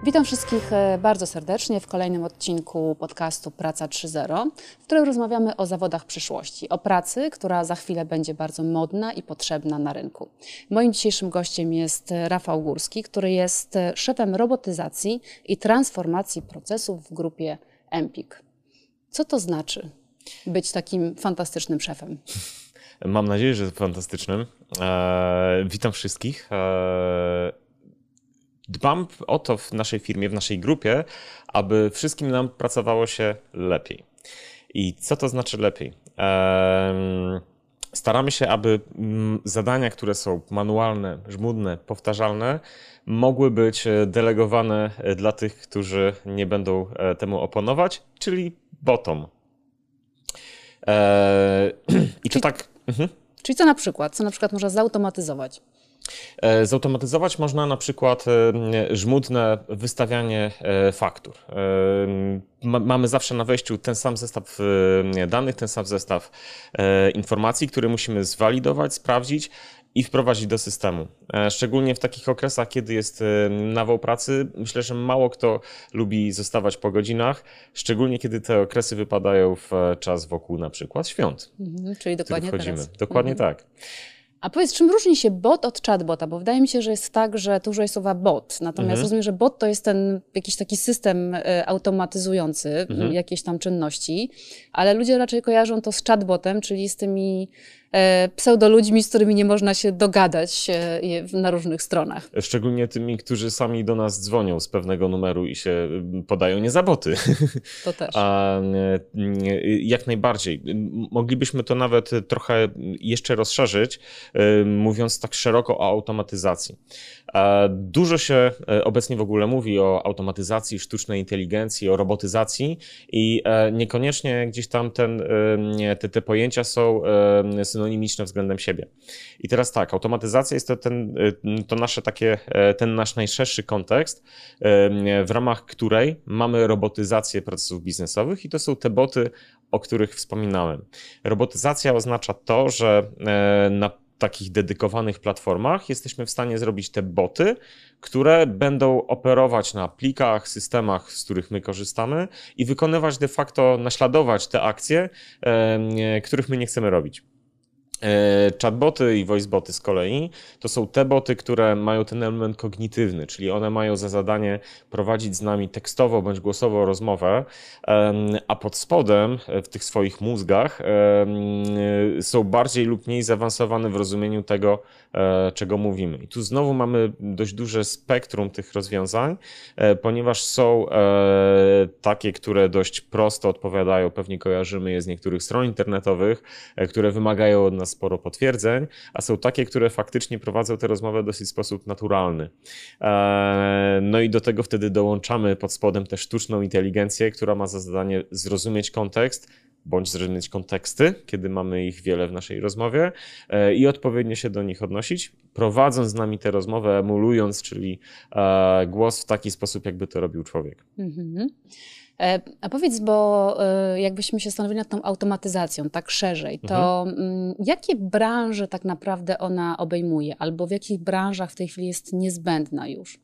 Witam wszystkich bardzo serdecznie w kolejnym odcinku podcastu Praca 3.0, w którym rozmawiamy o zawodach przyszłości, o pracy, która za chwilę będzie bardzo modna i potrzebna na rynku. Moim dzisiejszym gościem jest Rafał Górski, który jest szefem robotyzacji i transformacji procesów w grupie Empik. Co to znaczy być takim fantastycznym szefem? Mam nadzieję, że fantastycznym. Witam wszystkich. Dbam o to w naszej firmie, w naszej grupie, aby wszystkim nam pracowało się lepiej. I co to znaczy lepiej? Staramy się, aby zadania, które są manualne, żmudne, powtarzalne, mogły być delegowane dla tych, którzy nie będą temu oponować, czyli botom. I to tak... Czyli co na przykład? Co na przykład można zautomatyzować? Zautomatyzować można na przykład żmudne wystawianie faktur. Mamy zawsze na wejściu ten sam zestaw danych, ten sam zestaw informacji, które musimy zwalidować, sprawdzić i wprowadzić do systemu. Szczególnie w takich okresach, kiedy jest nawał pracy, myślę, że mało kto lubi zostawać po godzinach, szczególnie kiedy te okresy wypadają w czas wokół na przykład świąt. Czyli dokładnie teraz. Dokładnie tak. A powiedz, czym różni się bot od chatbota? Bo wydaje mi się, że jest tak, że tu użyłeś słowa bot. Natomiast rozumiem, że bot to jest ten jakiś taki system automatyzujący jakieś tam czynności, ale ludzie raczej kojarzą to z chatbotem, czyli z tymi pseudoludźmi, z którymi nie można się dogadać na różnych stronach. Szczególnie tymi, którzy sami do nas dzwonią z pewnego numeru i się podają nie za boty. To też. Jak najbardziej. Moglibyśmy to nawet trochę jeszcze rozszerzyć, mówiąc tak szeroko o automatyzacji. Dużo się obecnie w ogóle mówi o automatyzacji, sztucznej inteligencji, o robotyzacji i niekoniecznie gdzieś tam te pojęcia są synonimiczne względem siebie. I teraz tak, automatyzacja jest ten nasz najszerszy kontekst, w ramach której mamy robotyzację procesów biznesowych i to są te boty, o których wspominałem. Robotyzacja oznacza to, że na takich dedykowanych platformach jesteśmy w stanie zrobić te boty, które będą operować na plikach, systemach, z których my korzystamy i wykonywać de facto, naśladować te akcje, których my nie chcemy robić. Chatboty i voiceboty z kolei to są te boty, które mają ten element kognitywny, czyli one mają za zadanie prowadzić z nami tekstowo bądź głosowo rozmowę, a pod spodem w tych swoich mózgach są bardziej lub mniej zaawansowane w rozumieniu tego, czego mówimy. I tu znowu mamy dość duże spektrum tych rozwiązań, ponieważ są takie, które dość prosto odpowiadają, pewnie kojarzymy je z niektórych stron internetowych, które wymagają od nas sporo potwierdzeń, a są takie, które faktycznie prowadzą tę rozmowę w dosyć sposób naturalny. No i do tego wtedy dołączamy pod spodem też sztuczną inteligencję, która ma za zadanie zrozumieć kontekst, bądź zrozumieć konteksty, kiedy mamy ich wiele w naszej rozmowie i odpowiednio się do nich odnosić, prowadząc z nami tę rozmowę, emulując, czyli głos w taki sposób, jakby to robił człowiek. A powiedz, bo jakbyśmy się zastanowili nad tą automatyzacją tak szerzej, to jakie branże tak naprawdę ona obejmuje? Albo w jakich branżach w tej chwili jest niezbędna już?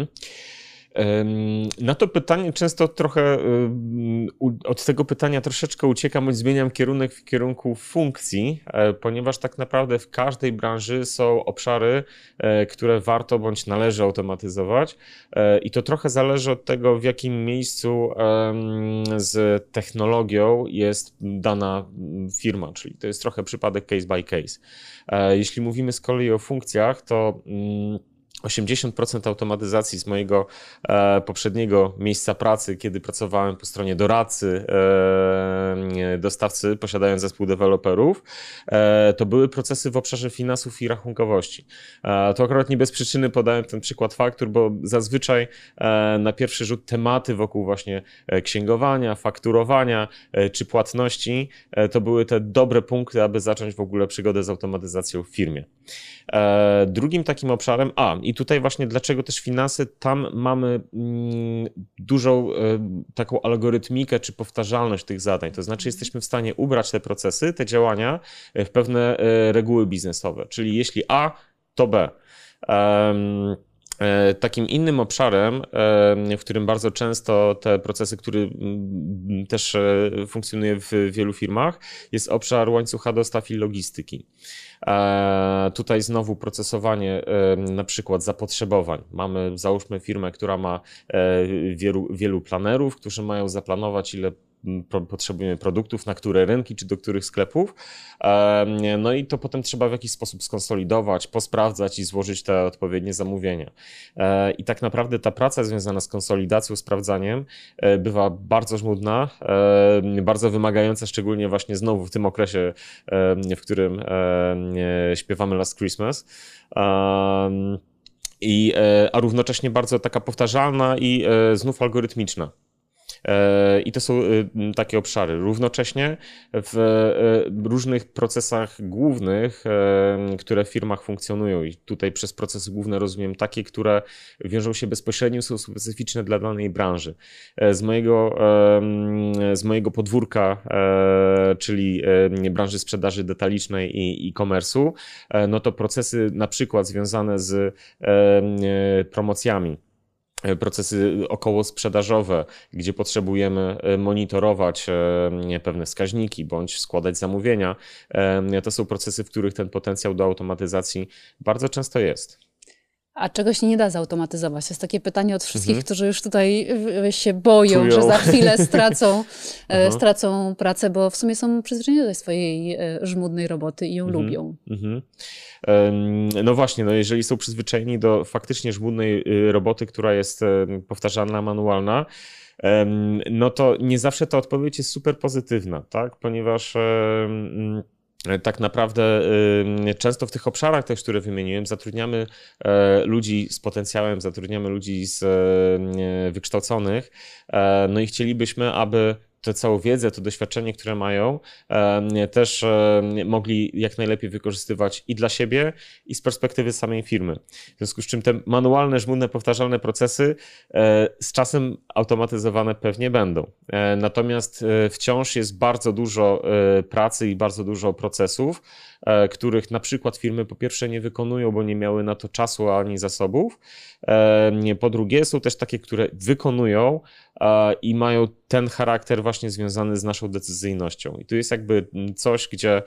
Na to pytanie często trochę od tego pytania troszeczkę uciekam, bądź zmieniam kierunek w kierunku funkcji, ponieważ tak naprawdę w każdej branży są obszary, które warto bądź należy automatyzować i to trochę zależy od tego, w jakim miejscu z technologią jest dana firma, czyli to jest trochę przypadek case by case. Jeśli mówimy z kolei o funkcjach, to 80% automatyzacji z mojego poprzedniego miejsca pracy, kiedy pracowałem po stronie doradcy, dostawcy, posiadając zespół deweloperów, to były procesy w obszarze finansów i rachunkowości. To akurat nie bez przyczyny podałem ten przykład faktur, bo zazwyczaj na pierwszy rzut tematy wokół właśnie księgowania, fakturowania czy płatności to były te dobre punkty, aby zacząć w ogóle przygodę z automatyzacją w firmie. Drugim takim obszarem, i tutaj właśnie dlaczego też finanse, tam mamy dużą taką algorytmikę czy powtarzalność tych zadań, to znaczy jesteśmy w stanie ubrać te procesy, te działania w pewne reguły biznesowe, czyli jeśli A, to B. Takim innym obszarem, w którym bardzo często te procesy, który też funkcjonuje w wielu firmach, jest obszar łańcucha dostaw i logistyki. Tutaj znowu procesowanie na przykład zapotrzebowań. Mamy, załóżmy, firmę, która ma wielu planerów, którzy mają zaplanować, ile potrzebujemy produktów, na które rynki, czy do których sklepów. No i to potem trzeba w jakiś sposób skonsolidować, posprawdzać i złożyć te odpowiednie zamówienia. I tak naprawdę ta praca związana z konsolidacją, sprawdzaniem bywa bardzo żmudna, bardzo wymagająca, szczególnie właśnie znowu w tym okresie, w którym śpiewamy Last Christmas. A równocześnie bardzo taka powtarzalna i znów algorytmiczna. I to są takie obszary. Równocześnie w różnych procesach głównych, które w firmach funkcjonują, i tutaj przez procesy główne rozumiem takie, które wiążą się bezpośrednio, są specyficzne dla danej branży. Z mojego podwórka, czyli branży sprzedaży detalicznej i e-commerce'u, no to procesy na przykład związane z promocjami, procesy okołosprzedażowe, gdzie potrzebujemy monitorować pewne wskaźniki bądź składać zamówienia. To są procesy, w których ten potencjał do automatyzacji bardzo często jest. A czego się nie da zautomatyzować? To jest takie pytanie od wszystkich, którzy już tutaj się boją, że za chwilę stracą pracę, bo w sumie są przyzwyczajeni do tej swojej żmudnej roboty i ją lubią. No właśnie, no jeżeli są przyzwyczajeni do faktycznie żmudnej roboty, która jest powtarzalna, manualna, no to nie zawsze ta odpowiedź jest super pozytywna, tak? Ponieważ tak naprawdę często w tych obszarach też, które wymieniłem, zatrudniamy ludzi z potencjałem, zatrudniamy ludzi wykształconych, no i chcielibyśmy, aby tę całą wiedzę, to doświadczenie, które mają, też mogli jak najlepiej wykorzystywać i dla siebie, i z perspektywy samej firmy. W związku z czym te manualne, żmudne, powtarzalne procesy z czasem automatyzowane pewnie będą. Natomiast wciąż jest bardzo dużo pracy i bardzo dużo procesów, których na przykład firmy po pierwsze nie wykonują, bo nie miały na to czasu ani zasobów. Po drugie są też takie, które wykonują i mają ten charakter właśnie związany z naszą decyzyjnością. I tu jest jakby coś, gdzie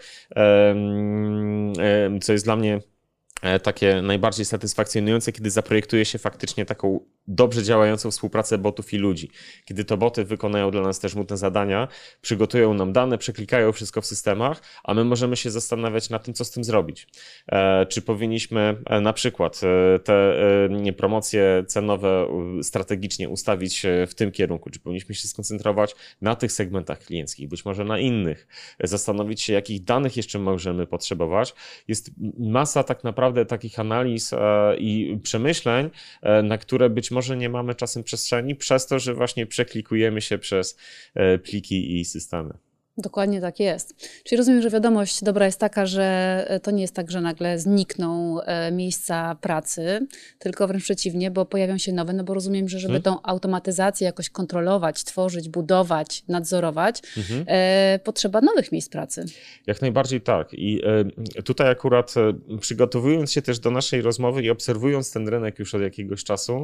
co jest dla mnie takie najbardziej satysfakcjonujące, kiedy zaprojektuje się faktycznie taką dobrze działającą współpracę botów i ludzi. Kiedy to boty wykonają dla nas też żmudne zadania, przygotują nam dane, przeklikają wszystko w systemach, a my możemy się zastanawiać nad tym, co z tym zrobić. Czy powinniśmy na przykład te promocje cenowe strategicznie ustawić w tym kierunku, czy powinniśmy się skoncentrować na tych segmentach klienckich, być może na innych, zastanowić się, jakich danych jeszcze możemy potrzebować. Jest masa tak naprawdę takich analiz i przemyśleń, na które być może nie mamy czasem przestrzeni, przez to, że właśnie przeklikujemy się przez pliki i systemy. Dokładnie tak jest. Czyli rozumiem, że wiadomość dobra jest taka, że to nie jest tak, że nagle znikną miejsca pracy, tylko wręcz przeciwnie, bo pojawią się nowe, no bo rozumiem, że żeby tą automatyzację jakoś kontrolować, tworzyć, budować, nadzorować, potrzeba nowych miejsc pracy. Jak najbardziej tak. I tutaj akurat przygotowując się też do naszej rozmowy i obserwując ten rynek już od jakiegoś czasu,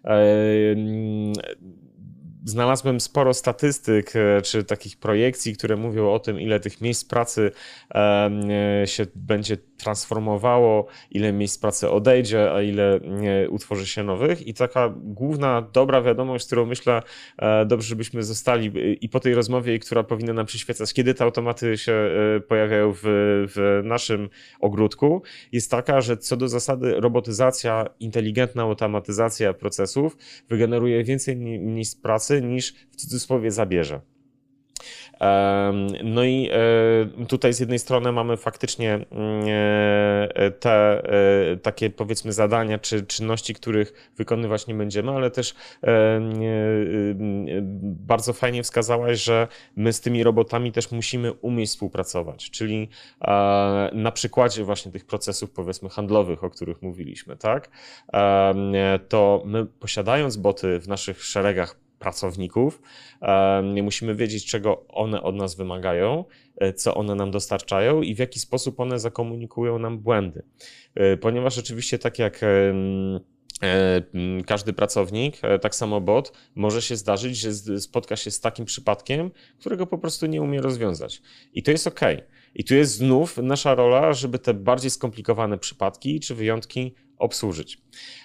znalazłem sporo statystyk czy takich projekcji, które mówią o tym, ile tych miejsc pracy się będzie transformowało, ile miejsc pracy odejdzie, a ile utworzy się nowych. I taka główna, dobra wiadomość, którą myślę dobrze, żebyśmy zostali i po tej rozmowie, i która powinna nam przyświecać, kiedy te automaty się pojawiają w naszym ogródku, jest taka, że co do zasady robotyzacja, inteligentna automatyzacja procesów wygeneruje więcej miejsc pracy niż w cudzysłowie zabierze. No i tutaj z jednej strony mamy faktycznie te takie powiedzmy zadania czy czynności, których wykonywać nie będziemy, ale też bardzo fajnie wskazałaś, że my z tymi robotami też musimy umieć współpracować, czyli na przykładzie właśnie tych procesów powiedzmy handlowych, o których mówiliśmy, tak? To my posiadając boty w naszych szeregach pracowników, musimy wiedzieć, czego one od nas wymagają, co one nam dostarczają i w jaki sposób one zakomunikują nam błędy. Ponieważ oczywiście tak jak Każdy pracownik, tak samo bot, może się zdarzyć, że spotka się z takim przypadkiem, którego po prostu nie umie rozwiązać. I to jest OK. I tu jest znów nasza rola, żeby te bardziej skomplikowane przypadki czy wyjątki obsłużyć.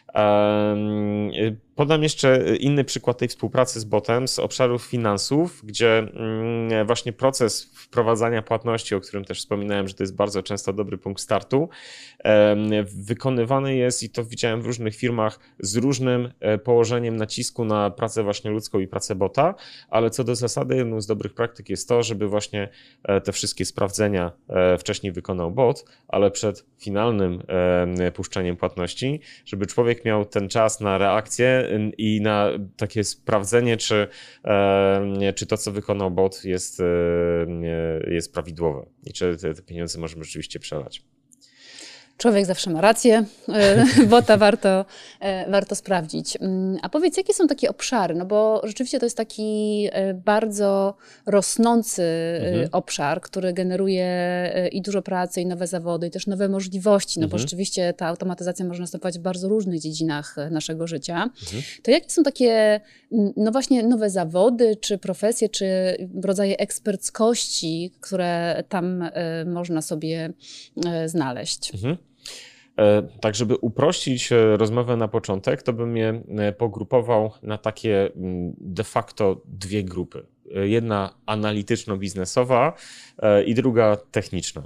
Podam jeszcze inny przykład tej współpracy z botem z obszarów finansów, gdzie właśnie proces wprowadzania płatności, o którym też wspominałem, że to jest bardzo często dobry punkt startu, wykonywany jest, i to widziałem w różnych firmach, z różnym położeniem nacisku na pracę właśnie ludzką i pracę bota, ale co do zasady jedną z dobrych praktyk jest to, żeby właśnie te wszystkie sprawdzenia wcześniej wykonał bot, ale przed finalnym puszczeniem płatności, żeby człowiek miał ten czas na reakcję i na takie sprawdzenie, czy to, co wykonał bot, jest prawidłowe i czy te pieniądze możemy rzeczywiście przelać. Człowiek zawsze ma rację, bota warto sprawdzić. A powiedz, jakie są takie obszary? No bo rzeczywiście to jest taki bardzo rosnący obszar, który generuje i dużo pracy, i nowe zawody, i też nowe możliwości, no bo rzeczywiście ta automatyzacja może następować w bardzo różnych dziedzinach naszego życia. To jakie są takie, no właśnie, nowe zawody, czy profesje, czy rodzaje eksperckości, które tam można sobie znaleźć? Tak, żeby uprościć rozmowę na początek, to bym je pogrupował na takie de facto dwie grupy. Jedna analityczno-biznesowa i druga techniczna.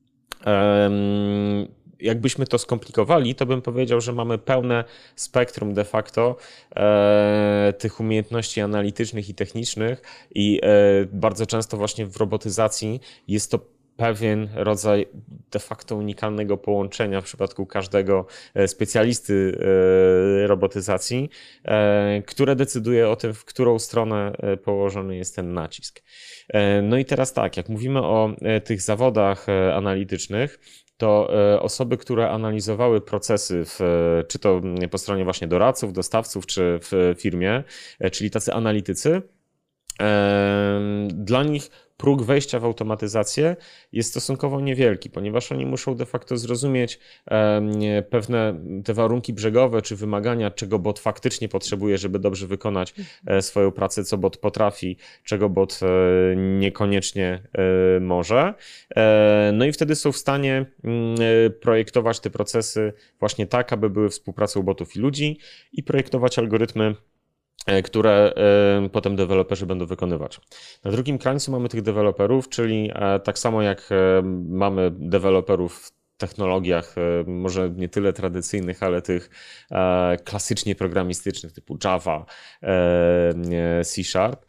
Jakbyśmy to skomplikowali, to bym powiedział, że mamy pełne spektrum de facto tych umiejętności analitycznych i technicznych i bardzo często właśnie w robotyzacji jest to pewien rodzaj de facto unikalnego połączenia w przypadku każdego specjalisty robotyzacji, które decyduje o tym, w którą stronę położony jest ten nacisk. No i teraz tak, jak mówimy o tych zawodach analitycznych, to osoby, które analizowały procesy, czy to po stronie właśnie doradców, dostawców, czy w firmie, czyli tacy analitycy, dla nich próg wejścia w automatyzację jest stosunkowo niewielki, ponieważ oni muszą de facto zrozumieć pewne te warunki brzegowe czy wymagania, czego bot faktycznie potrzebuje, żeby dobrze wykonać swoją pracę, co bot potrafi, czego bot niekoniecznie może. No i wtedy są w stanie projektować te procesy właśnie tak, aby były współpracą botów i ludzi i projektować algorytmy, które potem deweloperzy będą wykonywać. Na drugim krańcu mamy tych deweloperów, czyli tak samo jak mamy deweloperów w technologiach, może nie tyle tradycyjnych, ale tych klasycznie programistycznych typu Java, C#,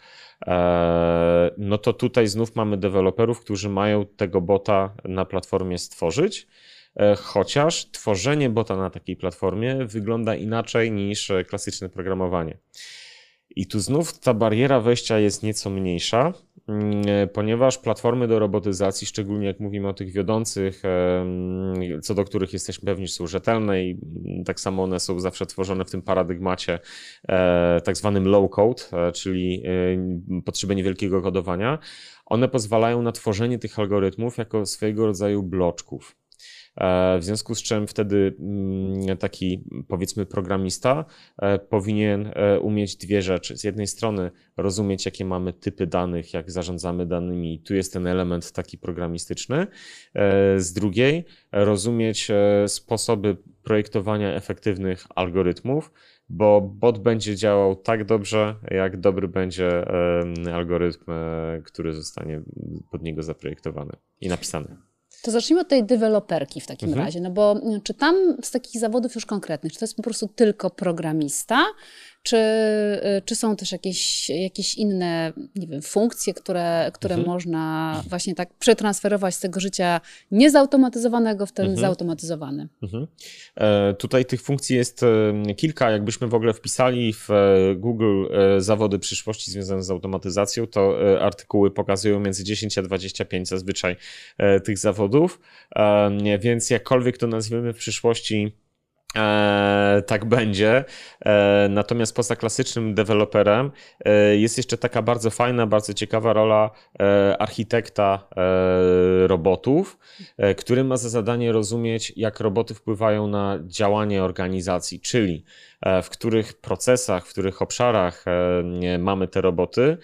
no to tutaj znów mamy deweloperów, którzy mają tego bota na platformie stworzyć, chociaż tworzenie bota na takiej platformie wygląda inaczej niż klasyczne programowanie. I tu znów ta bariera wejścia jest nieco mniejsza, ponieważ platformy do robotyzacji, szczególnie jak mówimy o tych wiodących, co do których jesteśmy pewni, że są rzetelne i tak samo one są zawsze tworzone w tym paradygmacie tak zwanym low code, czyli potrzeby niewielkiego kodowania, one pozwalają na tworzenie tych algorytmów jako swojego rodzaju bloczków. W związku z czym wtedy taki, powiedzmy, programista powinien umieć dwie rzeczy. Z jednej strony rozumieć, jakie mamy typy danych, jak zarządzamy danymi. Tu jest ten element taki programistyczny. Z drugiej rozumieć sposoby projektowania efektywnych algorytmów, bo bot będzie działał tak dobrze, jak dobry będzie algorytm, który zostanie pod niego zaprojektowany i napisany. To zacznijmy od tej deweloperki w takim razie, no bo czy tam z takich zawodów już konkretnych, czy to jest po prostu tylko programista, czy są też jakieś inne, nie wiem, funkcje, które można właśnie tak przetransferować z tego życia niezautomatyzowanego w ten zautomatyzowany? Tutaj tych funkcji jest kilka. Jakbyśmy w ogóle wpisali w Google zawody przyszłości związane z automatyzacją, to artykuły pokazują między 10 a 25 zazwyczaj tych zawodów, więc jakkolwiek to nazwiemy w przyszłości Tak będzie. Natomiast poza klasycznym deweloperem jest jeszcze taka bardzo fajna, bardzo ciekawa rola architekta robotów, który ma za zadanie rozumieć, jak roboty wpływają na działanie organizacji, czyli w których procesach, w których obszarach mamy te roboty,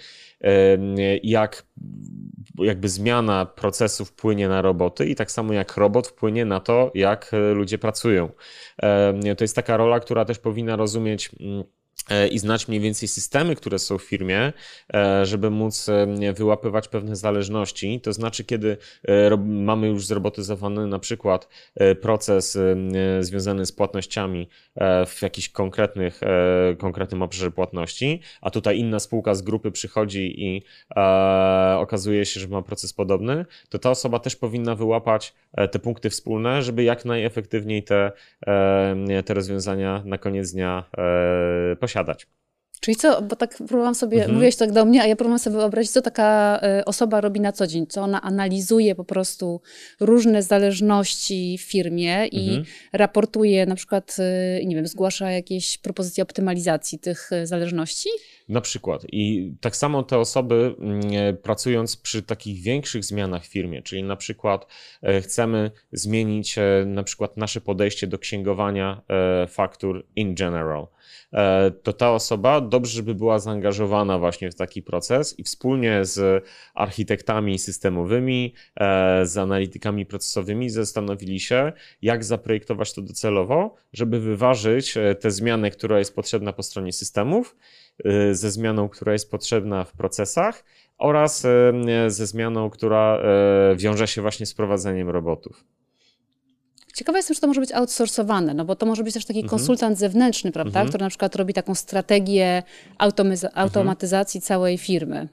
jak jakby zmiana procesów wpłynie na roboty i tak samo jak robot wpłynie na to, jak ludzie pracują. To jest taka rola, która też powinna rozumieć i znać mniej więcej systemy, które są w firmie, żeby móc wyłapywać pewne zależności. To znaczy, kiedy mamy już zrobotyzowany na przykład proces związany z płatnościami w jakiś konkretnym obszarze płatności, a tutaj inna spółka z grupy przychodzi i okazuje się, że ma proces podobny, to ta osoba też powinna wyłapać te punkty wspólne, żeby jak najefektywniej te rozwiązania na koniec dnia posiadać. Czyli co, bo tak próbowałam sobie, mówiłeś tak do mnie, a ja próbowałam sobie wyobrazić, co taka osoba robi na co dzień, co ona analizuje po prostu różne zależności w firmie i raportuje na przykład, nie wiem, zgłasza jakieś propozycje optymalizacji tych zależności? Na przykład. I tak samo te osoby pracując przy takich większych zmianach w firmie, czyli na przykład chcemy zmienić na przykład nasze podejście do księgowania faktur in general, to ta osoba dobrze, żeby była zaangażowana właśnie w taki proces i wspólnie z architektami systemowymi, z analitykami procesowymi zastanowili się, jak zaprojektować to docelowo, żeby wyważyć tę zmianę, która jest potrzebna po stronie systemów, ze zmianą, która jest potrzebna w procesach oraz ze zmianą, która wiąże się właśnie z prowadzeniem robotów. Ciekawa jestem, czy to może być outsourcowane, no bo to może być też taki konsultant zewnętrzny, prawda, który na przykład robi taką strategię automatyzacji całej firmy.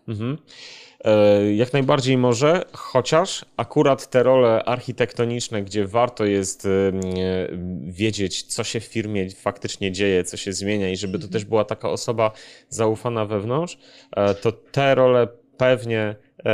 Jak najbardziej może, chociaż akurat te role architektoniczne, gdzie warto jest wiedzieć, co się w firmie faktycznie dzieje, co się zmienia i żeby to też była taka osoba zaufana wewnątrz, to te role pewnie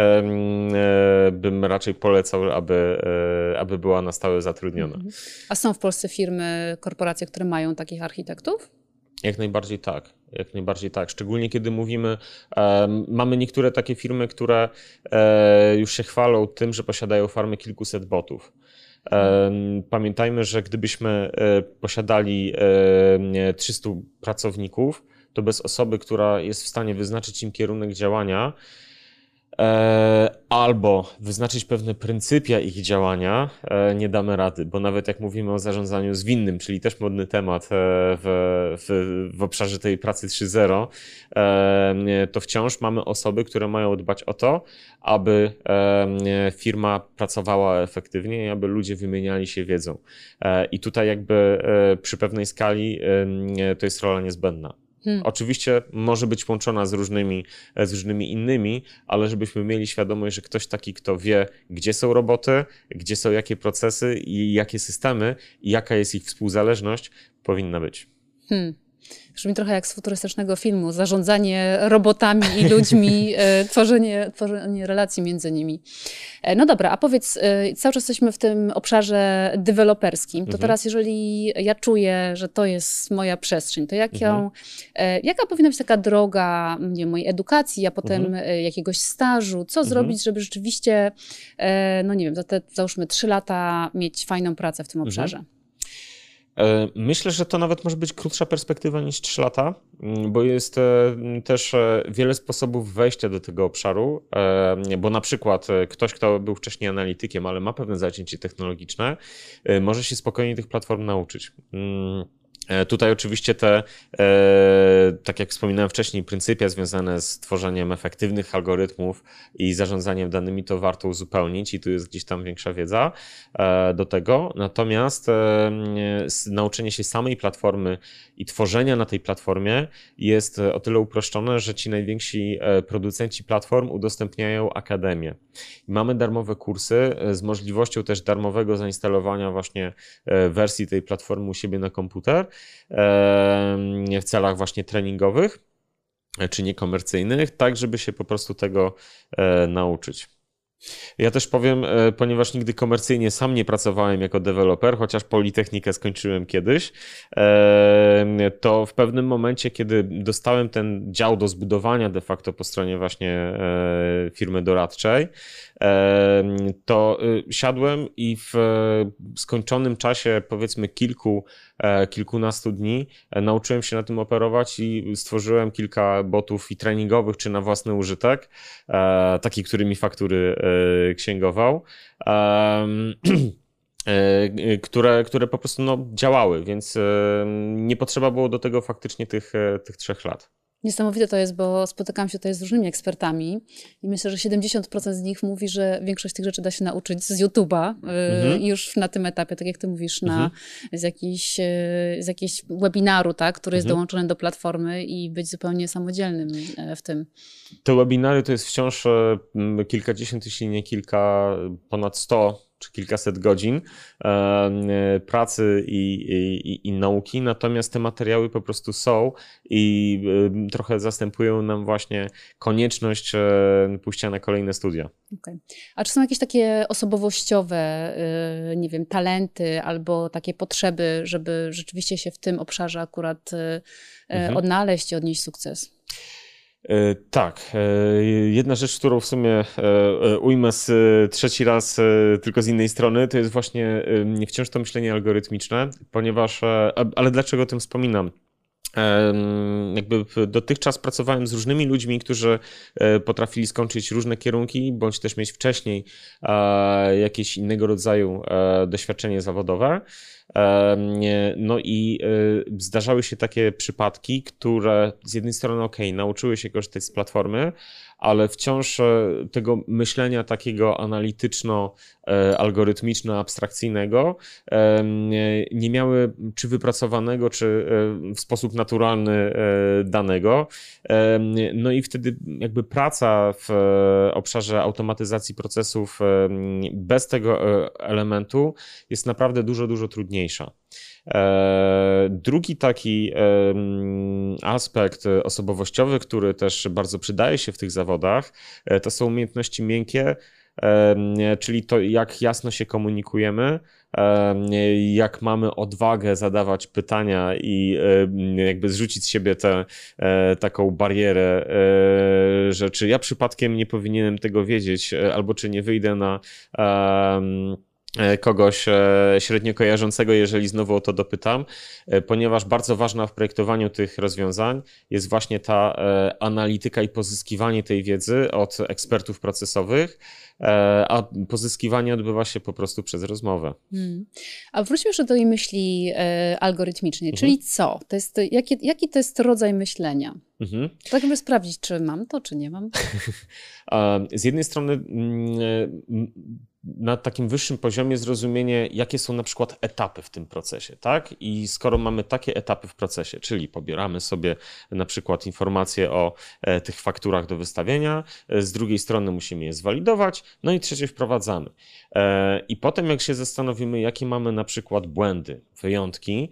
bym raczej polecał, aby była na stałe zatrudniona. A są w Polsce firmy, korporacje, które mają takich architektów? Jak najbardziej tak. Jak najbardziej tak. Szczególnie kiedy mówimy, mamy niektóre takie firmy, które już się chwalą tym, że posiadają farmy kilkuset botów. Pamiętajmy, że gdybyśmy posiadali 300 pracowników, to bez osoby, która jest w stanie wyznaczyć im kierunek działania, albo wyznaczyć pewne pryncypia ich działania, nie damy rady, bo nawet jak mówimy o zarządzaniu zwinnym, czyli też modny temat w obszarze tej pracy 3.0, to wciąż mamy osoby, które mają dbać o to, aby firma pracowała efektywnie i aby ludzie wymieniali się wiedzą. I tutaj jakby przy pewnej skali to jest rola niezbędna. Oczywiście może być łączona z różnymi innymi, ale żebyśmy mieli świadomość, że ktoś taki, kto wie, gdzie są roboty, gdzie są jakie procesy i jakie systemy i jaka jest ich współzależność, powinna być. Brzmi trochę jak z futurystycznego filmu. Zarządzanie robotami i ludźmi, tworzenie relacji między nimi. No dobra, a powiedz, cały czas jesteśmy w tym obszarze deweloperskim. To teraz, jeżeli ja czuję, że to jest moja przestrzeń, to jaka powinna być taka droga, nie wiem, mojej edukacji, a potem jakiegoś stażu? Co zrobić, żeby rzeczywiście, no nie wiem, za te, załóżmy 3 lata mieć fajną pracę w tym obszarze? Myślę, że to nawet może być krótsza perspektywa niż 3 lata, bo jest też wiele sposobów wejścia do tego obszaru, bo na przykład ktoś, kto był wcześniej analitykiem, ale ma pewne zacięcie technologiczne, może się spokojnie tych platform nauczyć. Tutaj oczywiście tak jak wspominałem wcześniej, pryncypia związane z tworzeniem efektywnych algorytmów i zarządzaniem danymi to warto uzupełnić i tu jest gdzieś tam większa wiedza do tego. Natomiast nauczenie się samej platformy i tworzenia na tej platformie jest o tyle uproszczone, że ci najwięksi producenci platform udostępniają akademię. Mamy darmowe kursy z możliwością też darmowego zainstalowania właśnie wersji tej platformy u siebie na komputer w celach właśnie treningowych czy niekomercyjnych, tak żeby się po prostu tego nauczyć. Ja też powiem, ponieważ nigdy komercyjnie sam nie pracowałem jako deweloper, chociaż Politechnikę skończyłem kiedyś, to w pewnym momencie, kiedy dostałem ten dział do zbudowania de facto po stronie właśnie firmy doradczej, to siadłem i w skończonym czasie, powiedzmy kilkunastu dni, nauczyłem się na tym operować i stworzyłem kilka botów i treningowych, czy na własny użytek, taki, który mi faktury księgował, które po prostu no, działały, więc nie potrzeba było do tego faktycznie tych 3 lat. Niesamowite to jest, bo spotykam się tutaj z różnymi ekspertami i myślę, że 70% z nich mówi, że większość tych rzeczy da się nauczyć z YouTube'a już na tym etapie, tak jak ty mówisz, z jakiejś webinaru, tak, który jest dołączony do platformy i być zupełnie samodzielnym w tym. Te webinary to jest wciąż kilkadziesiąt, jeśli nie ponad 100 czy kilkaset godzin pracy i nauki, natomiast te materiały po prostu są i trochę zastępują nam właśnie konieczność pójścia na kolejne studia. Okay. A czy są jakieś takie osobowościowe, nie wiem, talenty albo takie potrzeby, żeby rzeczywiście się w tym obszarze akurat odnaleźć i odnieść sukces? Tak. Jedna rzecz, którą w sumie ujmę trzeci raz tylko z innej strony, to jest właśnie wciąż to myślenie algorytmiczne, ponieważ, ale dlaczego o tym wspominam? Jakby dotychczas pracowałem z różnymi ludźmi, którzy potrafili skończyć różne kierunki, bądź też mieć wcześniej jakieś innego rodzaju doświadczenie zawodowe. No i zdarzały się takie przypadki, które z jednej strony nauczyły się korzystać z platformy, ale wciąż tego myślenia takiego analityczno-algorytmiczno-abstrakcyjnego nie miały czy wypracowanego, czy w sposób naturalny danego. No i wtedy jakby praca w obszarze automatyzacji procesów bez tego elementu jest naprawdę dużo, dużo trudniejsza. Drugi taki aspekt osobowościowy, który też bardzo przydaje się w tych zawodach, to są umiejętności miękkie, czyli to, jak jasno się komunikujemy, jak mamy odwagę zadawać pytania i jakby zrzucić z siebie taką barierę, że czy ja przypadkiem nie powinienem tego wiedzieć, albo czy nie wyjdę na kogoś średnio kojarzącego, jeżeli znowu o to dopytam, ponieważ bardzo ważna w projektowaniu tych rozwiązań jest właśnie ta analityka i pozyskiwanie tej wiedzy od ekspertów procesowych, a pozyskiwanie odbywa się po prostu przez rozmowę. A wróćmy jeszcze do tej myśli algorytmicznej, czyli co? To jest, jaki to jest rodzaj myślenia? Tak, żeby sprawdzić, czy mam to, czy nie mam. Z jednej strony na takim wyższym poziomie zrozumienie, jakie są na przykład etapy w tym procesie, tak? I skoro mamy takie etapy w procesie, czyli pobieramy sobie na przykład informacje o tych fakturach do wystawienia, z drugiej strony musimy je zwalidować, no i trzecie wprowadzamy. I potem jak się zastanowimy, jakie mamy na przykład błędy, wyjątki,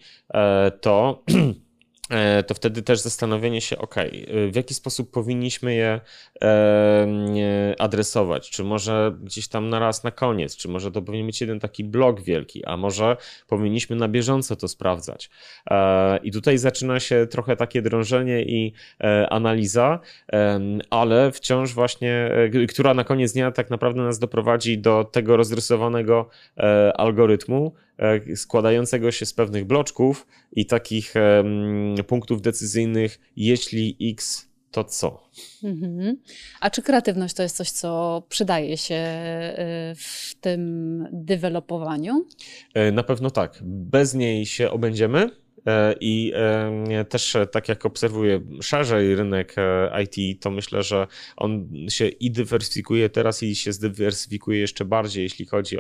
to wtedy też zastanowienie się, w jaki sposób powinniśmy je adresować, czy może gdzieś tam na koniec, czy może to powinien być jeden taki blok wielki, a może powinniśmy na bieżąco to sprawdzać. I tutaj zaczyna się trochę takie drążenie i analiza, ale wciąż właśnie, która na koniec dnia tak naprawdę nas doprowadzi do tego rozrysowanego algorytmu, składającego się z pewnych bloczków i takich punktów decyzyjnych, jeśli X, to co? A czy kreatywność to jest coś, co przydaje się w tym dewelopowaniu? Na pewno tak. Bez niej się obędziemy. I też tak jak obserwuję szerzej rynek IT, to myślę, że on się i dywersyfikuje teraz i się zdywersyfikuje jeszcze bardziej, jeśli chodzi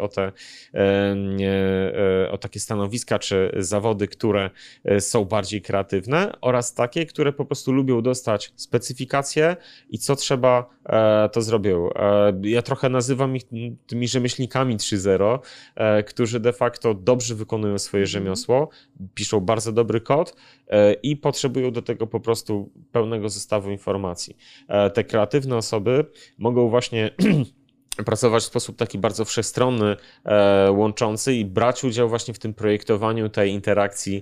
o takie stanowiska czy zawody, które są bardziej kreatywne oraz takie, które po prostu lubią dostać specyfikację i co trzeba, to zrobią. Ja trochę nazywam ich tymi rzemieślnikami 3.0, którzy de facto dobrze wykonują swoje rzemiosło, piszą bardzo dobry kod i potrzebują do tego po prostu pełnego zestawu informacji. Te kreatywne osoby mogą właśnie pracować w sposób taki bardzo wszechstronny, łączący i brać udział właśnie w tym projektowaniu tej interakcji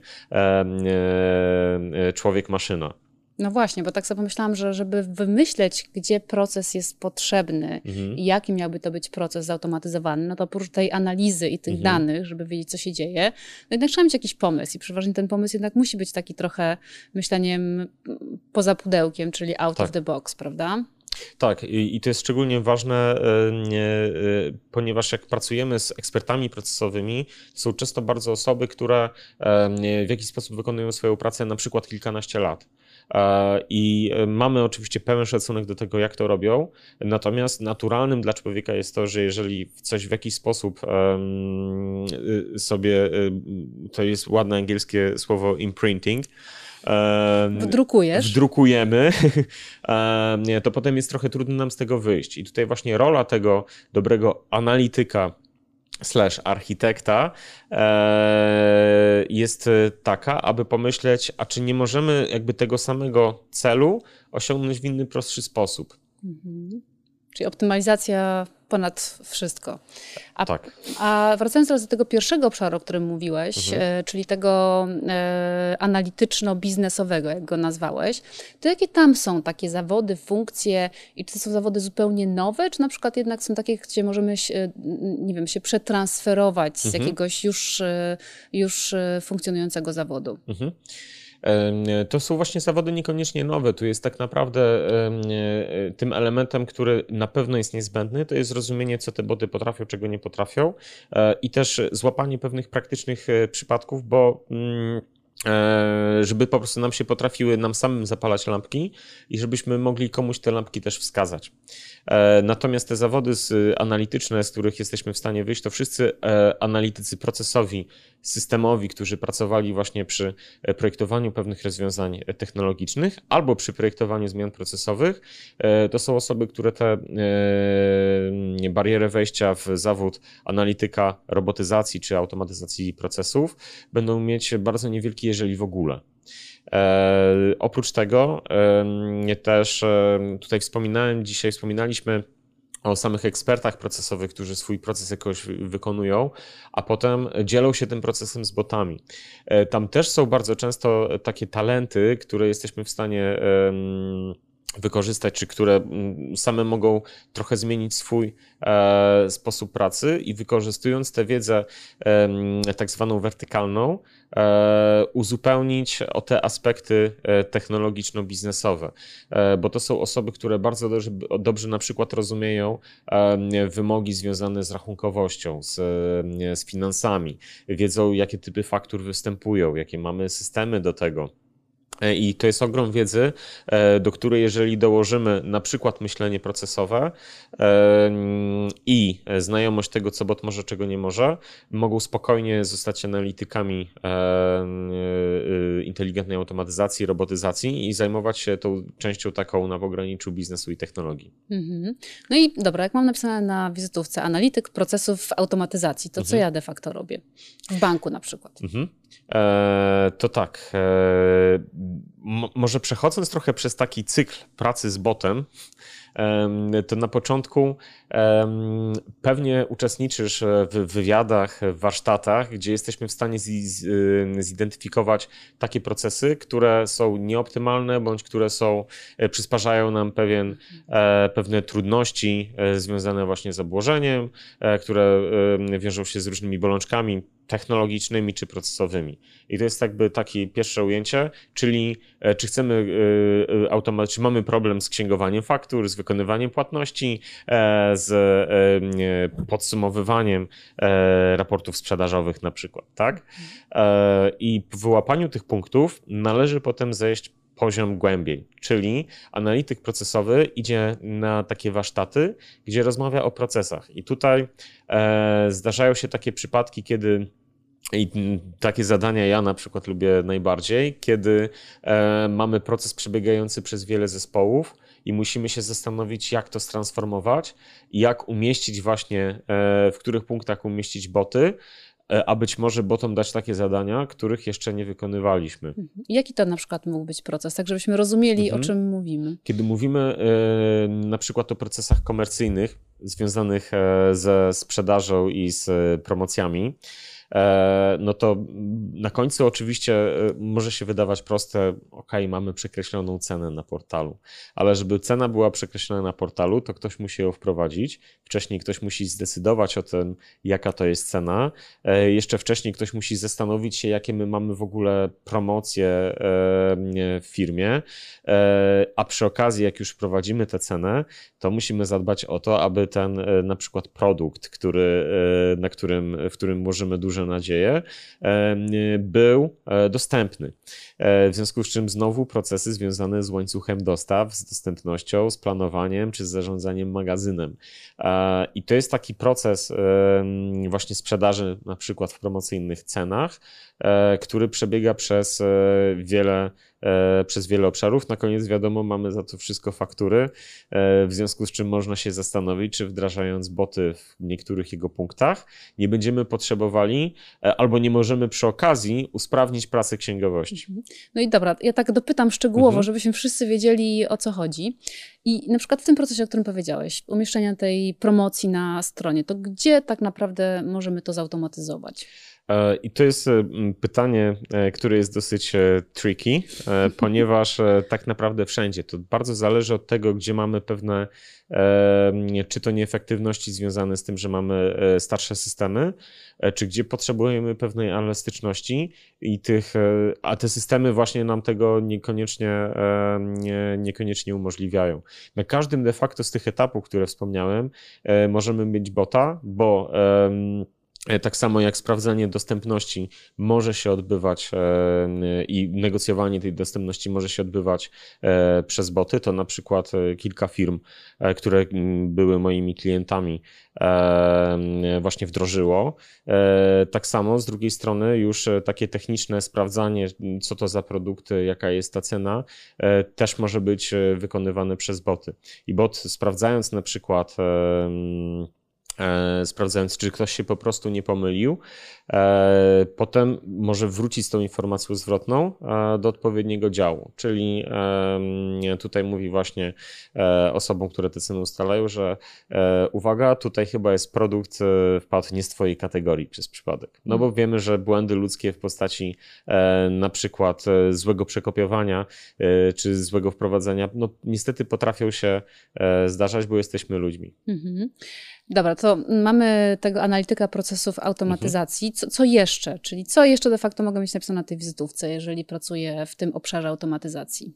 człowiek-maszyna. No właśnie, bo tak sobie pomyślałam, że żeby wymyśleć, gdzie proces jest potrzebny i jaki miałby to być proces zautomatyzowany, no to oprócz tej analizy i tych danych, żeby wiedzieć, co się dzieje, no jednak trzeba mieć jakiś pomysł i przeważnie ten pomysł jednak musi być taki trochę myśleniem poza pudełkiem, czyli out of the box, prawda? Tak, i to jest szczególnie ważne, ponieważ jak pracujemy z ekspertami procesowymi, są często bardzo osoby, które w jakiś sposób wykonują swoją pracę na przykład kilkanaście lat. I mamy oczywiście pełen szacunek do tego, jak to robią, natomiast naturalnym dla człowieka jest to, że jeżeli coś w jakiś sposób sobie, to jest ładne angielskie słowo imprinting, wdrukujemy, to potem jest trochę trudno nam z tego wyjść. I tutaj właśnie rola tego dobrego analityka / architekta jest taka, aby pomyśleć, a czy nie możemy jakby tego samego celu osiągnąć w inny, prostszy sposób. Czyli optymalizacja ponad wszystko. Tak. A wracając teraz do tego pierwszego obszaru, o którym mówiłeś, czyli tego analityczno-biznesowego, jak go nazwałeś, to jakie tam są takie zawody, funkcje i czy to są zawody zupełnie nowe, czy na przykład jednak są takie, gdzie możemy się, nie wiem, się przetransferować z jakiegoś już funkcjonującego zawodu? To są właśnie zawody niekoniecznie nowe. Tu jest tak naprawdę tym elementem, który na pewno jest niezbędny, to jest zrozumienie, co te boty potrafią, czego nie potrafią i też złapanie pewnych praktycznych przypadków, bo żeby po prostu nam się potrafiły nam samym zapalać lampki i żebyśmy mogli komuś te lampki też wskazać. Natomiast te zawody analityczne, z których jesteśmy w stanie wyjść, to wszyscy analitycy procesowi, systemowi, którzy pracowali właśnie przy projektowaniu pewnych rozwiązań technologicznych albo przy projektowaniu zmian procesowych, to są osoby, które te bariery wejścia w zawód analityka robotyzacji czy automatyzacji procesów będą mieć bardzo niewielki, jeżeli w ogóle. Oprócz tego też tutaj wspominaliśmy o samych ekspertach procesowych, którzy swój proces jakoś wykonują, a potem dzielą się tym procesem z botami. Tam też są bardzo często takie talenty, które jesteśmy w stanie wykorzystać, czy które same mogą trochę zmienić swój sposób pracy i wykorzystując tę wiedzę tak zwaną wertykalną, uzupełnić o te aspekty technologiczno-biznesowe, bo to są osoby, które bardzo dobrze na przykład rozumieją wymogi związane z rachunkowością, z finansami, wiedzą, jakie typy faktur występują, jakie mamy systemy do tego. I to jest ogrom wiedzy, do której jeżeli dołożymy na przykład myślenie procesowe i znajomość tego, co bot może, czego nie może, mogą spokojnie zostać analitykami inteligentnej automatyzacji, robotyzacji i zajmować się tą częścią taką na pograniczu biznesu i technologii. No i dobra, jak mam napisane na wizytówce analityk procesów automatyzacji, to co ja de facto robię? W banku na przykład. To tak, może przechodząc trochę przez taki cykl pracy z botem, to na początku pewnie uczestniczysz w wywiadach, w warsztatach, gdzie jesteśmy w stanie zidentyfikować takie procesy, które są nieoptymalne, bądź które przysparzają nam pewne trudności związane właśnie z obłożeniem, które wiążą się z różnymi bolączkami technologicznymi czy procesowymi. I to jest jakby takie pierwsze ujęcie, czyli czy chcemy czy mamy problem z księgowaniem faktur, z wykonywaniem płatności, z podsumowywaniem raportów sprzedażowych na przykład, tak? I po wyłapaniu tych punktów należy potem zejść poziom głębiej, czyli analityk procesowy idzie na takie warsztaty, gdzie rozmawia o procesach. I tutaj zdarzają się takie przypadki, kiedy i takie zadania ja na przykład lubię najbardziej, kiedy mamy proces przebiegający przez wiele zespołów i musimy się zastanowić, jak to transformować i jak umieścić właśnie, w których punktach umieścić boty, a być może botom dać takie zadania, których jeszcze nie wykonywaliśmy. Jaki to na przykład mógł być proces, tak żebyśmy rozumieli, o czym mówimy? Kiedy mówimy na przykład o procesach komercyjnych związanych ze sprzedażą i z promocjami, no to na końcu oczywiście może się wydawać proste, mamy przekreśloną cenę na portalu, ale żeby cena była przekreślona na portalu, to ktoś musi ją wprowadzić, wcześniej ktoś musi zdecydować o tym, jaka to jest cena, jeszcze wcześniej ktoś musi zastanowić się, jakie my mamy w ogóle promocje w firmie, a przy okazji, jak już wprowadzimy tę cenę, to musimy zadbać o to, aby ten na przykład produkt, w którym możemy duże nadzieję, był dostępny. W związku z czym znowu procesy związane z łańcuchem dostaw, z dostępnością, z planowaniem czy z zarządzaniem magazynem. I to jest taki proces właśnie sprzedaży na przykład w promocyjnych cenach, który przebiega przez wiele obszarów. Na koniec wiadomo, mamy za to wszystko faktury, w związku z czym można się zastanowić, czy wdrażając boty w niektórych jego punktach nie będziemy potrzebowali albo nie możemy przy okazji usprawnić pracy księgowości. No i dobra, ja tak dopytam szczegółowo, żebyśmy wszyscy wiedzieli, o co chodzi. I na przykład w tym procesie, o którym powiedziałeś, umieszczenia tej promocji na stronie, to gdzie tak naprawdę możemy to zautomatyzować? I to jest pytanie, które jest dosyć tricky, ponieważ tak naprawdę wszędzie. To bardzo zależy od tego, gdzie mamy pewne, czy to nieefektywności związane z tym, że mamy starsze systemy, czy gdzie potrzebujemy pewnej elastyczności a te systemy właśnie nam tego niekoniecznie umożliwiają. Na każdym de facto z tych etapów, które wspomniałem, możemy mieć bota, bo tak samo jak sprawdzanie dostępności może się odbywać i negocjowanie tej dostępności może się odbywać przez boty, to na przykład kilka firm, które były moimi klientami, właśnie wdrożyło. Tak samo z drugiej strony już takie techniczne sprawdzanie, co to za produkty, jaka jest ta cena, też może być wykonywane przez boty. I bot, sprawdzając na przykład czy ktoś się po prostu nie pomylił, potem może wrócić z tą informacją zwrotną do odpowiedniego działu, czyli tutaj mówi właśnie osobom, które te ceny ustalają, że uwaga, tutaj chyba jest produkt wpadł nie z twojej kategorii przez przypadek. No bo wiemy, że błędy ludzkie w postaci na przykład złego przekopiowania czy złego wprowadzenia, no niestety potrafią się zdarzać, bo jesteśmy ludźmi. Dobra, to mamy tego analityka procesów automatyzacji. Co jeszcze? Czyli co jeszcze de facto mogę mieć napisane na tej wizytówce, jeżeli pracuję w tym obszarze automatyzacji?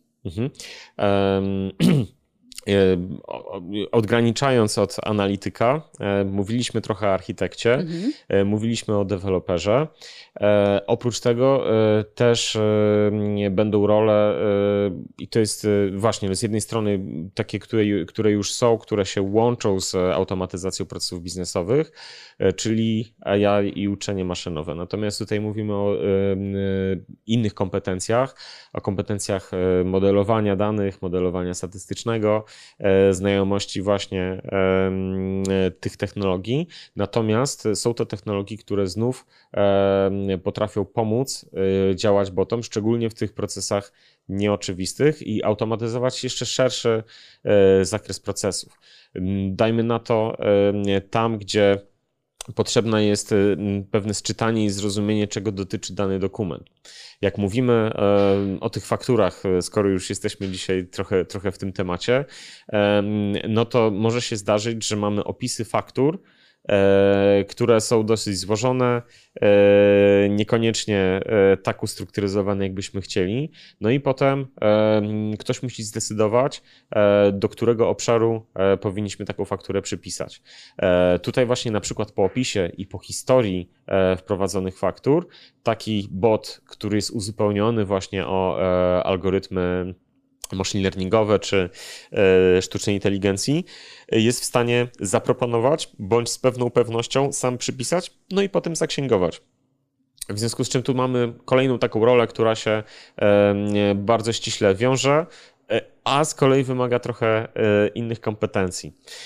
Odgraniczając od analityka, mówiliśmy trochę o architekcie, mówiliśmy o deweloperze. Oprócz tego też będą role, i to jest właśnie z jednej strony takie, które już są, które się łączą z automatyzacją procesów biznesowych, czyli AI i uczenie maszynowe. Natomiast tutaj mówimy o innych kompetencjach, o kompetencjach modelowania danych, modelowania statystycznego, znajomości właśnie tych technologii. Natomiast są to technologie, które znów potrafią pomóc działać botom, szczególnie w tych procesach nieoczywistych i automatyzować jeszcze szerszy zakres procesów. Dajmy na to tam, gdzie potrzebne jest pewne sczytanie i zrozumienie, czego dotyczy dany dokument. Jak mówimy o tych fakturach, skoro już jesteśmy dzisiaj trochę w tym temacie, no to może się zdarzyć, że mamy opisy faktur, które są dosyć złożone, niekoniecznie tak ustrukturyzowane, jakbyśmy chcieli. No i potem ktoś musi zdecydować, do którego obszaru powinniśmy taką fakturę przypisać. Tutaj właśnie na przykład po opisie i po historii wprowadzonych faktur, taki bot, który jest uzupełniony właśnie o algorytmy machine learningowe czy sztucznej inteligencji, jest w stanie zaproponować bądź z pewną pewnością sam przypisać, no i potem zaksięgować. W związku z czym tu mamy kolejną taką rolę, która się bardzo ściśle wiąże, a z kolei wymaga trochę innych kompetencji.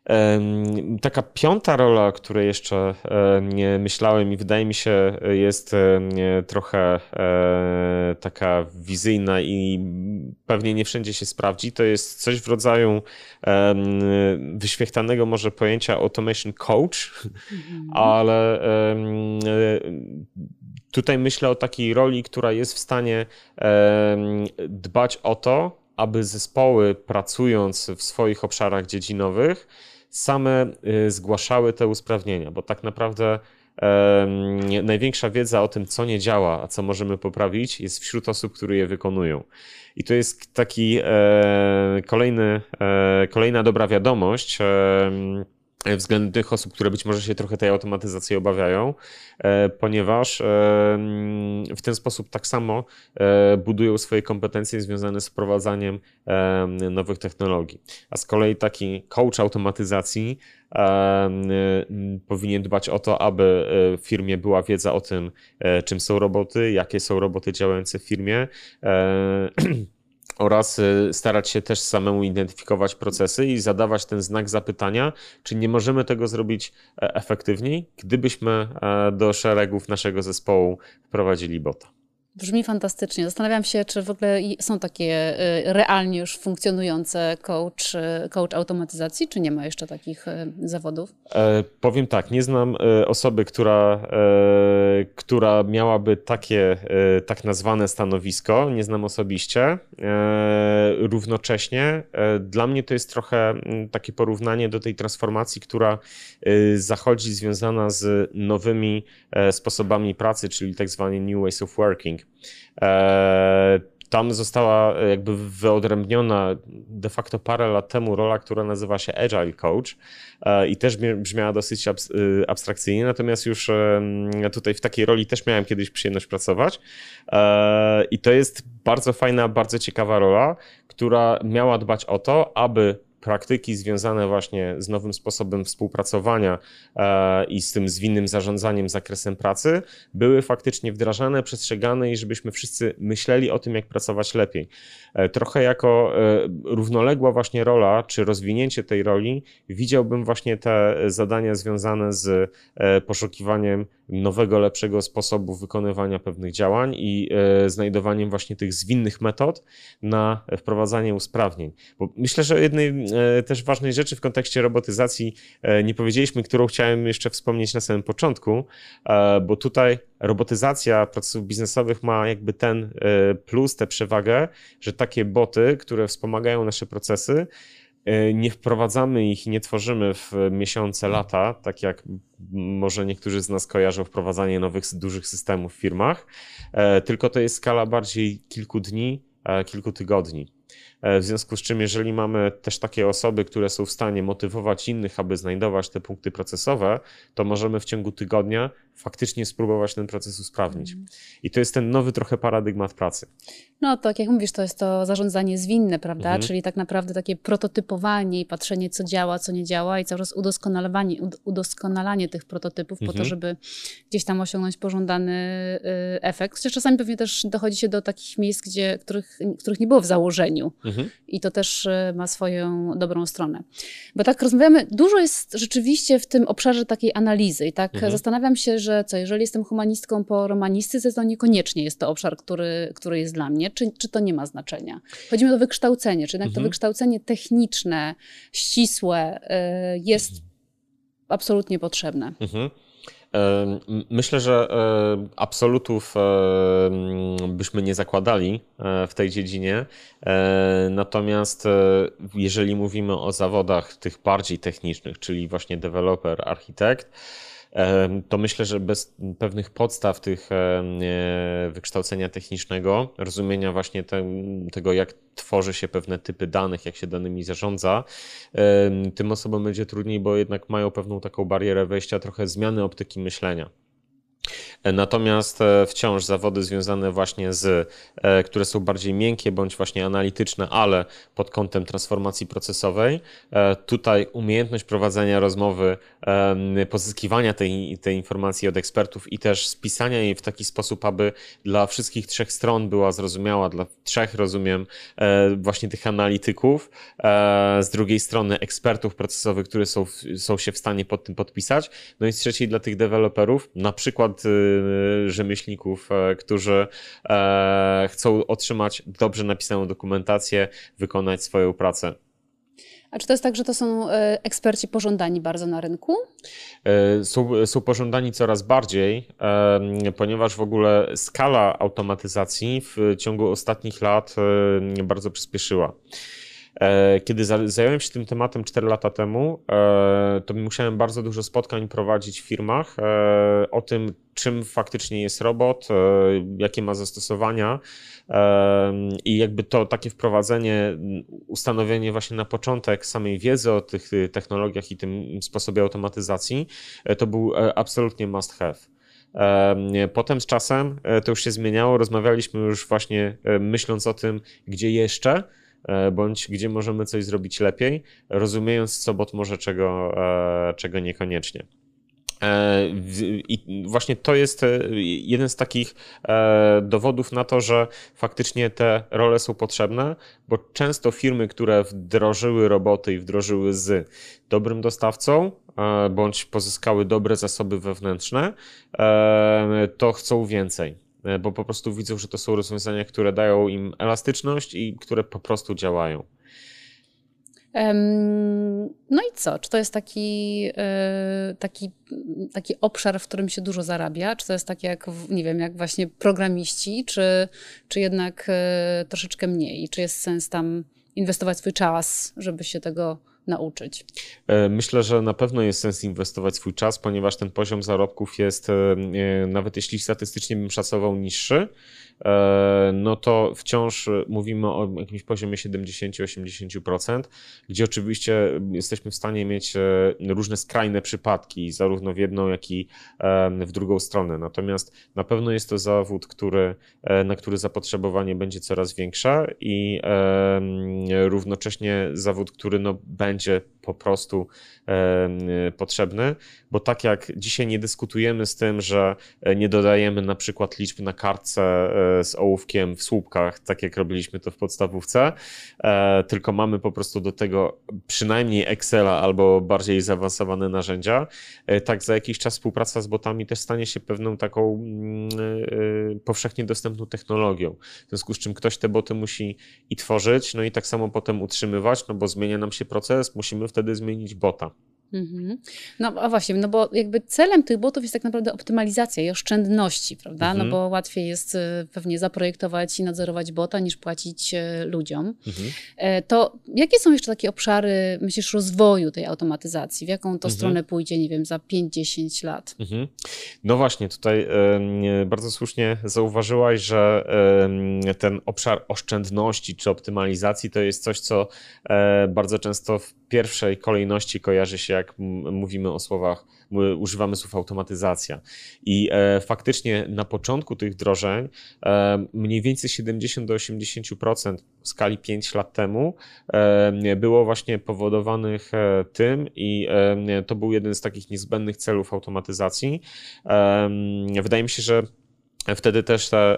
Taka piąta rola, o której jeszcze nie myślałem i wydaje mi się jest trochę taka wizyjna i pewnie nie wszędzie się sprawdzi, to jest coś w rodzaju wyświechtanego może pojęcia automation coach, ale tutaj myślę o takiej roli, która jest w stanie dbać o to, aby zespoły pracując w swoich obszarach dziedzinowych same zgłaszały te usprawnienia, bo tak naprawdę największa wiedza o tym, co nie działa, a co możemy poprawić, jest wśród osób, które je wykonują. I to jest taki kolejna dobra wiadomość względem tych osób, które być może się trochę tej automatyzacji obawiają, ponieważ w ten sposób tak samo budują swoje kompetencje związane z wprowadzaniem nowych technologii. A z kolei taki coach automatyzacji powinien dbać o to, aby w firmie była wiedza o tym, czym są roboty, jakie są roboty działające w firmie, oraz starać się też samemu identyfikować procesy i zadawać ten znak zapytania, czy nie możemy tego zrobić efektywniej, gdybyśmy do szeregów naszego zespołu wprowadzili bota. Brzmi fantastycznie. Zastanawiam się, czy w ogóle są takie realnie już funkcjonujące coach automatyzacji, czy nie ma jeszcze takich zawodów? Powiem tak, nie znam osoby, która miałaby takie tak nazwane stanowisko, nie znam osobiście. Równocześnie dla mnie to jest trochę takie porównanie do tej transformacji, która zachodzi związana z nowymi sposobami pracy, czyli tak zwani New Ways of Working. Tam została jakby wyodrębniona de facto parę lat temu rola, która nazywa się Agile Coach i też brzmiała dosyć abstrakcyjnie, natomiast już tutaj w takiej roli też miałem kiedyś przyjemność pracować i to jest bardzo fajna, bardzo ciekawa rola, która miała dbać o to, aby praktyki związane właśnie z nowym sposobem współpracowania i z tym zwinnym zarządzaniem zakresem pracy były faktycznie wdrażane, przestrzegane i żebyśmy wszyscy myśleli o tym, jak pracować lepiej. Trochę jako równoległa właśnie rola, czy rozwinięcie tej roli, widziałbym właśnie te zadania związane z poszukiwaniem nowego, lepszego sposobu wykonywania pewnych działań i znajdowaniem właśnie tych zwinnych metod na wprowadzanie usprawnień. Bo myślę, że o jednej też ważnej rzeczy w kontekście robotyzacji nie powiedzieliśmy, którą chciałem jeszcze wspomnieć na samym początku, bo tutaj robotyzacja procesów biznesowych ma jakby ten plus, tę przewagę, że takie boty, które wspomagają nasze procesy, nie wprowadzamy ich i nie tworzymy w miesiące, lata, tak jak może niektórzy z nas kojarzą wprowadzanie nowych, dużych systemów w firmach, tylko to jest skala bardziej kilku dni, kilku tygodni. W związku z czym, jeżeli mamy też takie osoby, które są w stanie motywować innych, aby znajdować te punkty procesowe, to możemy w ciągu tygodnia faktycznie spróbować ten proces usprawnić. I to jest ten nowy trochę paradygmat pracy. No tak jak mówisz, to jest to zarządzanie zwinne, prawda? Czyli tak naprawdę takie prototypowanie i patrzenie, co działa, co nie działa i cały czas udoskonalanie tych prototypów po to, żeby gdzieś tam osiągnąć pożądany efekt. Chociaż czasami pewnie też dochodzi się do takich miejsc, których nie było w założeniu. I to też ma swoją dobrą stronę. Bo tak rozmawiamy, dużo jest rzeczywiście w tym obszarze takiej analizy i tak zastanawiam się, że jeżeli jestem humanistką po romanistyce, to niekoniecznie jest to obszar, który jest dla mnie, czy to nie ma znaczenia. Chodzi mi o wykształcenie, czy jednak to wykształcenie techniczne, ścisłe jest absolutnie potrzebne. Myślę, że absolutów byśmy nie zakładali w tej dziedzinie, natomiast jeżeli mówimy o zawodach tych bardziej technicznych, czyli właśnie deweloper, architekt, to myślę, że bez pewnych podstaw tych wykształcenia technicznego, rozumienia właśnie tego, jak tworzy się pewne typy danych, jak się danymi zarządza, tym osobom będzie trudniej, bo jednak mają pewną taką barierę wejścia, trochę zmiany optyki myślenia. Natomiast wciąż zawody związane właśnie które są bardziej miękkie bądź właśnie analityczne, ale pod kątem transformacji procesowej, tutaj umiejętność prowadzenia rozmowy, pozyskiwania tej informacji od ekspertów i też spisania jej w taki sposób, aby dla wszystkich trzech stron była zrozumiała, dla trzech, rozumiem, właśnie tych analityków, z drugiej strony ekspertów procesowych, które są się w stanie pod tym podpisać, no i z trzeciej dla tych deweloperów, na przykład rzemieślników, którzy chcą otrzymać dobrze napisaną dokumentację, wykonać swoją pracę. A czy to jest tak, że to są eksperci pożądani bardzo na rynku? Są pożądani coraz bardziej, ponieważ w ogóle skala automatyzacji w ciągu ostatnich lat bardzo przyspieszyła. Kiedy zająłem się tym tematem 4 lata temu, to musiałem bardzo dużo spotkań prowadzić w firmach o tym, czym faktycznie jest robot, jakie ma zastosowania i jakby to takie wprowadzenie, ustanowienie właśnie na początek samej wiedzy o tych technologiach i tym sposobie automatyzacji, to był absolutnie must have. Potem z czasem to już się zmieniało, rozmawialiśmy już właśnie myśląc o tym, gdzie jeszcze, bądź gdzie możemy coś zrobić lepiej, rozumiejąc, co bot może, czego niekoniecznie. I właśnie to jest jeden z takich dowodów na to, że faktycznie te role są potrzebne, bo często firmy, które wdrożyły roboty i wdrożyły z dobrym dostawcą, bądź pozyskały dobre zasoby wewnętrzne, to chcą więcej, bo po prostu widzą, że to są rozwiązania, które dają im elastyczność i które po prostu działają. No i co? Czy to jest taki obszar, w którym się dużo zarabia? Czy to jest tak jak, nie wiem, jak właśnie programiści, czy jednak troszeczkę mniej? Czy jest sens tam inwestować swój czas, żeby się tego nauczyć? Myślę, że na pewno jest sens inwestować swój czas, ponieważ ten poziom zarobków jest, nawet jeśli statystycznie bym szacował, niższy, no to wciąż mówimy o jakimś poziomie 70-80%, gdzie oczywiście jesteśmy w stanie mieć różne skrajne przypadki, zarówno w jedną, jak i w drugą stronę. Natomiast na pewno jest to zawód, na który zapotrzebowanie będzie coraz większe i równocześnie zawód, który będzie po prostu potrzebny, bo tak jak dzisiaj nie dyskutujemy z tym, że nie dodajemy na przykład liczb na kartce z ołówkiem w słupkach, tak jak robiliśmy to w podstawówce, tylko mamy po prostu do tego przynajmniej Excela albo bardziej zaawansowane narzędzia, tak za jakiś czas współpraca z botami też stanie się pewną taką powszechnie dostępną technologią, w związku z czym ktoś te boty musi i tworzyć, no i tak samo potem utrzymywać, no bo zmienia nam się proces, musimy wtedy zmienić bota. No a właśnie, no bo jakby celem tych botów jest tak naprawdę optymalizacja i oszczędności, prawda? No bo łatwiej jest pewnie zaprojektować i nadzorować bota niż płacić ludziom. To jakie są jeszcze takie obszary, myślisz, rozwoju tej automatyzacji? W jaką to stronę pójdzie, nie wiem, za 5-10 lat? No właśnie, tutaj bardzo słusznie zauważyłaś, że ten obszar oszczędności czy optymalizacji to jest coś, co bardzo często w pierwszej kolejności kojarzy się, jak mówimy o słowach, używamy słów automatyzacja. I faktycznie na początku tych wdrożeń mniej więcej 70-80% w skali 5 lat temu było właśnie powodowanych tym i to był jeden z takich niezbędnych celów automatyzacji. Wydaje mi się, że wtedy też te,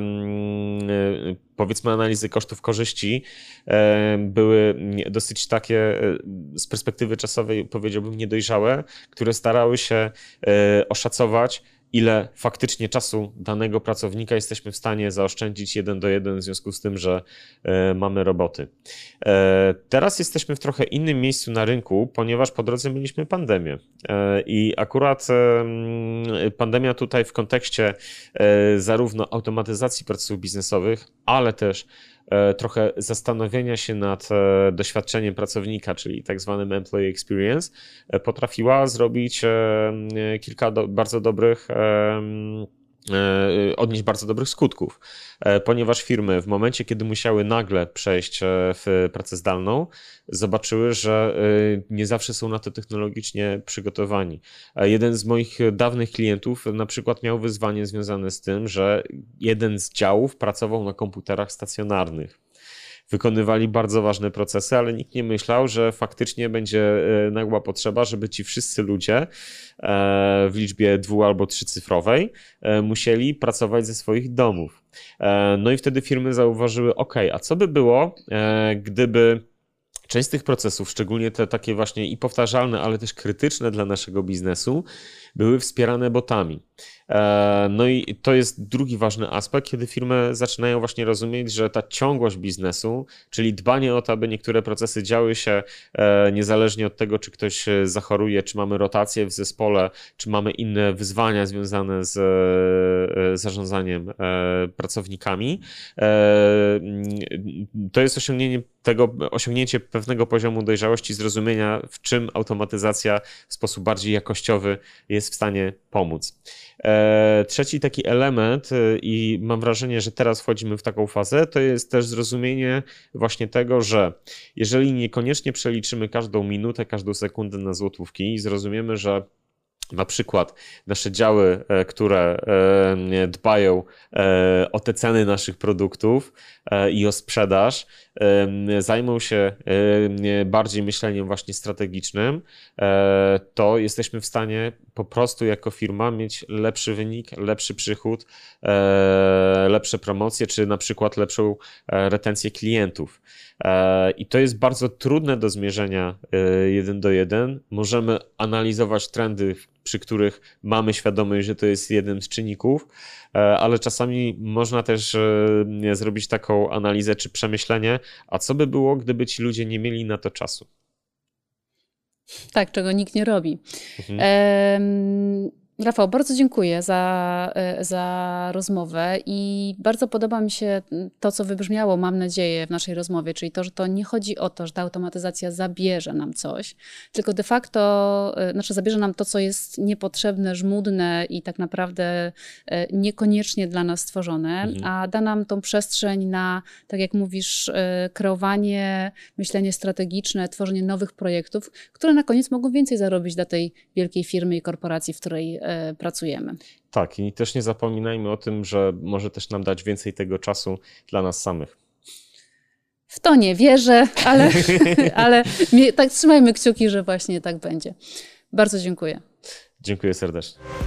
powiedzmy, analizy kosztów korzyści były dosyć takie z perspektywy czasowej, powiedziałbym, niedojrzałe, które starały się oszacować, ile faktycznie czasu danego pracownika jesteśmy w stanie zaoszczędzić 1:1 w związku z tym, że mamy roboty. Teraz jesteśmy w trochę innym miejscu na rynku, ponieważ po drodze mieliśmy pandemię i akurat pandemia tutaj w kontekście zarówno automatyzacji procesów biznesowych, ale też trochę zastanowienia się nad doświadczeniem pracownika, czyli tak zwanym employee experience, potrafiła zrobić kilka bardzo dobrych odnieść bardzo dobrych skutków, ponieważ firmy w momencie, kiedy musiały nagle przejść w pracę zdalną, zobaczyły, że nie zawsze są na to technologicznie przygotowani. Jeden z moich dawnych klientów na przykład miał wyzwanie związane z tym, że jeden z działów pracował na komputerach stacjonarnych. Wykonywali bardzo ważne procesy, ale nikt nie myślał, że faktycznie będzie nagła potrzeba, żeby ci wszyscy ludzie w liczbie 2- albo 3-cyfrowej musieli pracować ze swoich domów. No i wtedy firmy zauważyły, a co by było, gdyby część z tych procesów, szczególnie te takie właśnie i powtarzalne, ale też krytyczne dla naszego biznesu, były wspierane botami. No i to jest drugi ważny aspekt, kiedy firmy zaczynają właśnie rozumieć, że ta ciągłość biznesu, czyli dbanie o to, aby niektóre procesy działy się niezależnie od tego, czy ktoś zachoruje, czy mamy rotację w zespole, czy mamy inne wyzwania związane z zarządzaniem pracownikami. To jest osiągnięcie pewnego poziomu dojrzałości, zrozumienia, w czym automatyzacja w sposób bardziej jakościowy jest w stanie pomóc. Trzeci taki element i mam wrażenie, że teraz wchodzimy w taką fazę, to jest też zrozumienie właśnie tego, że jeżeli niekoniecznie przeliczymy każdą minutę, każdą sekundę na złotówki i zrozumiemy, że na przykład nasze działy, które dbają o te ceny naszych produktów i o sprzedaż, zajmą się bardziej myśleniem właśnie strategicznym, to jesteśmy w stanie po prostu jako firma mieć lepszy wynik, lepszy przychód, lepsze promocje, czy na przykład lepszą retencję klientów. I to jest bardzo trudne do zmierzenia 1 do 1. Możemy analizować trendy, przy których mamy świadomość, że to jest jeden z czynników, ale czasami można też zrobić taką analizę czy przemyślenie, a co by było, gdyby ci ludzie nie mieli na to czasu? Tak, czego nikt nie robi. Rafał, bardzo dziękuję za rozmowę i bardzo podoba mi się to, co wybrzmiało, mam nadzieję, w naszej rozmowie, czyli to, że to nie chodzi o to, że ta automatyzacja zabierze nam coś, tylko de facto, zabierze nam to, co jest niepotrzebne, żmudne i tak naprawdę niekoniecznie dla nas stworzone, a da nam tą przestrzeń na, tak jak mówisz, kreowanie, myślenie strategiczne, tworzenie nowych projektów, które na koniec mogą więcej zarobić dla tej wielkiej firmy i korporacji, w której pracujemy. Tak, i też nie zapominajmy o tym, że może też nam dać więcej tego czasu dla nas samych. W to nie wierzę, ale tak trzymajmy kciuki, że właśnie tak będzie. Bardzo dziękuję. Dziękuję serdecznie.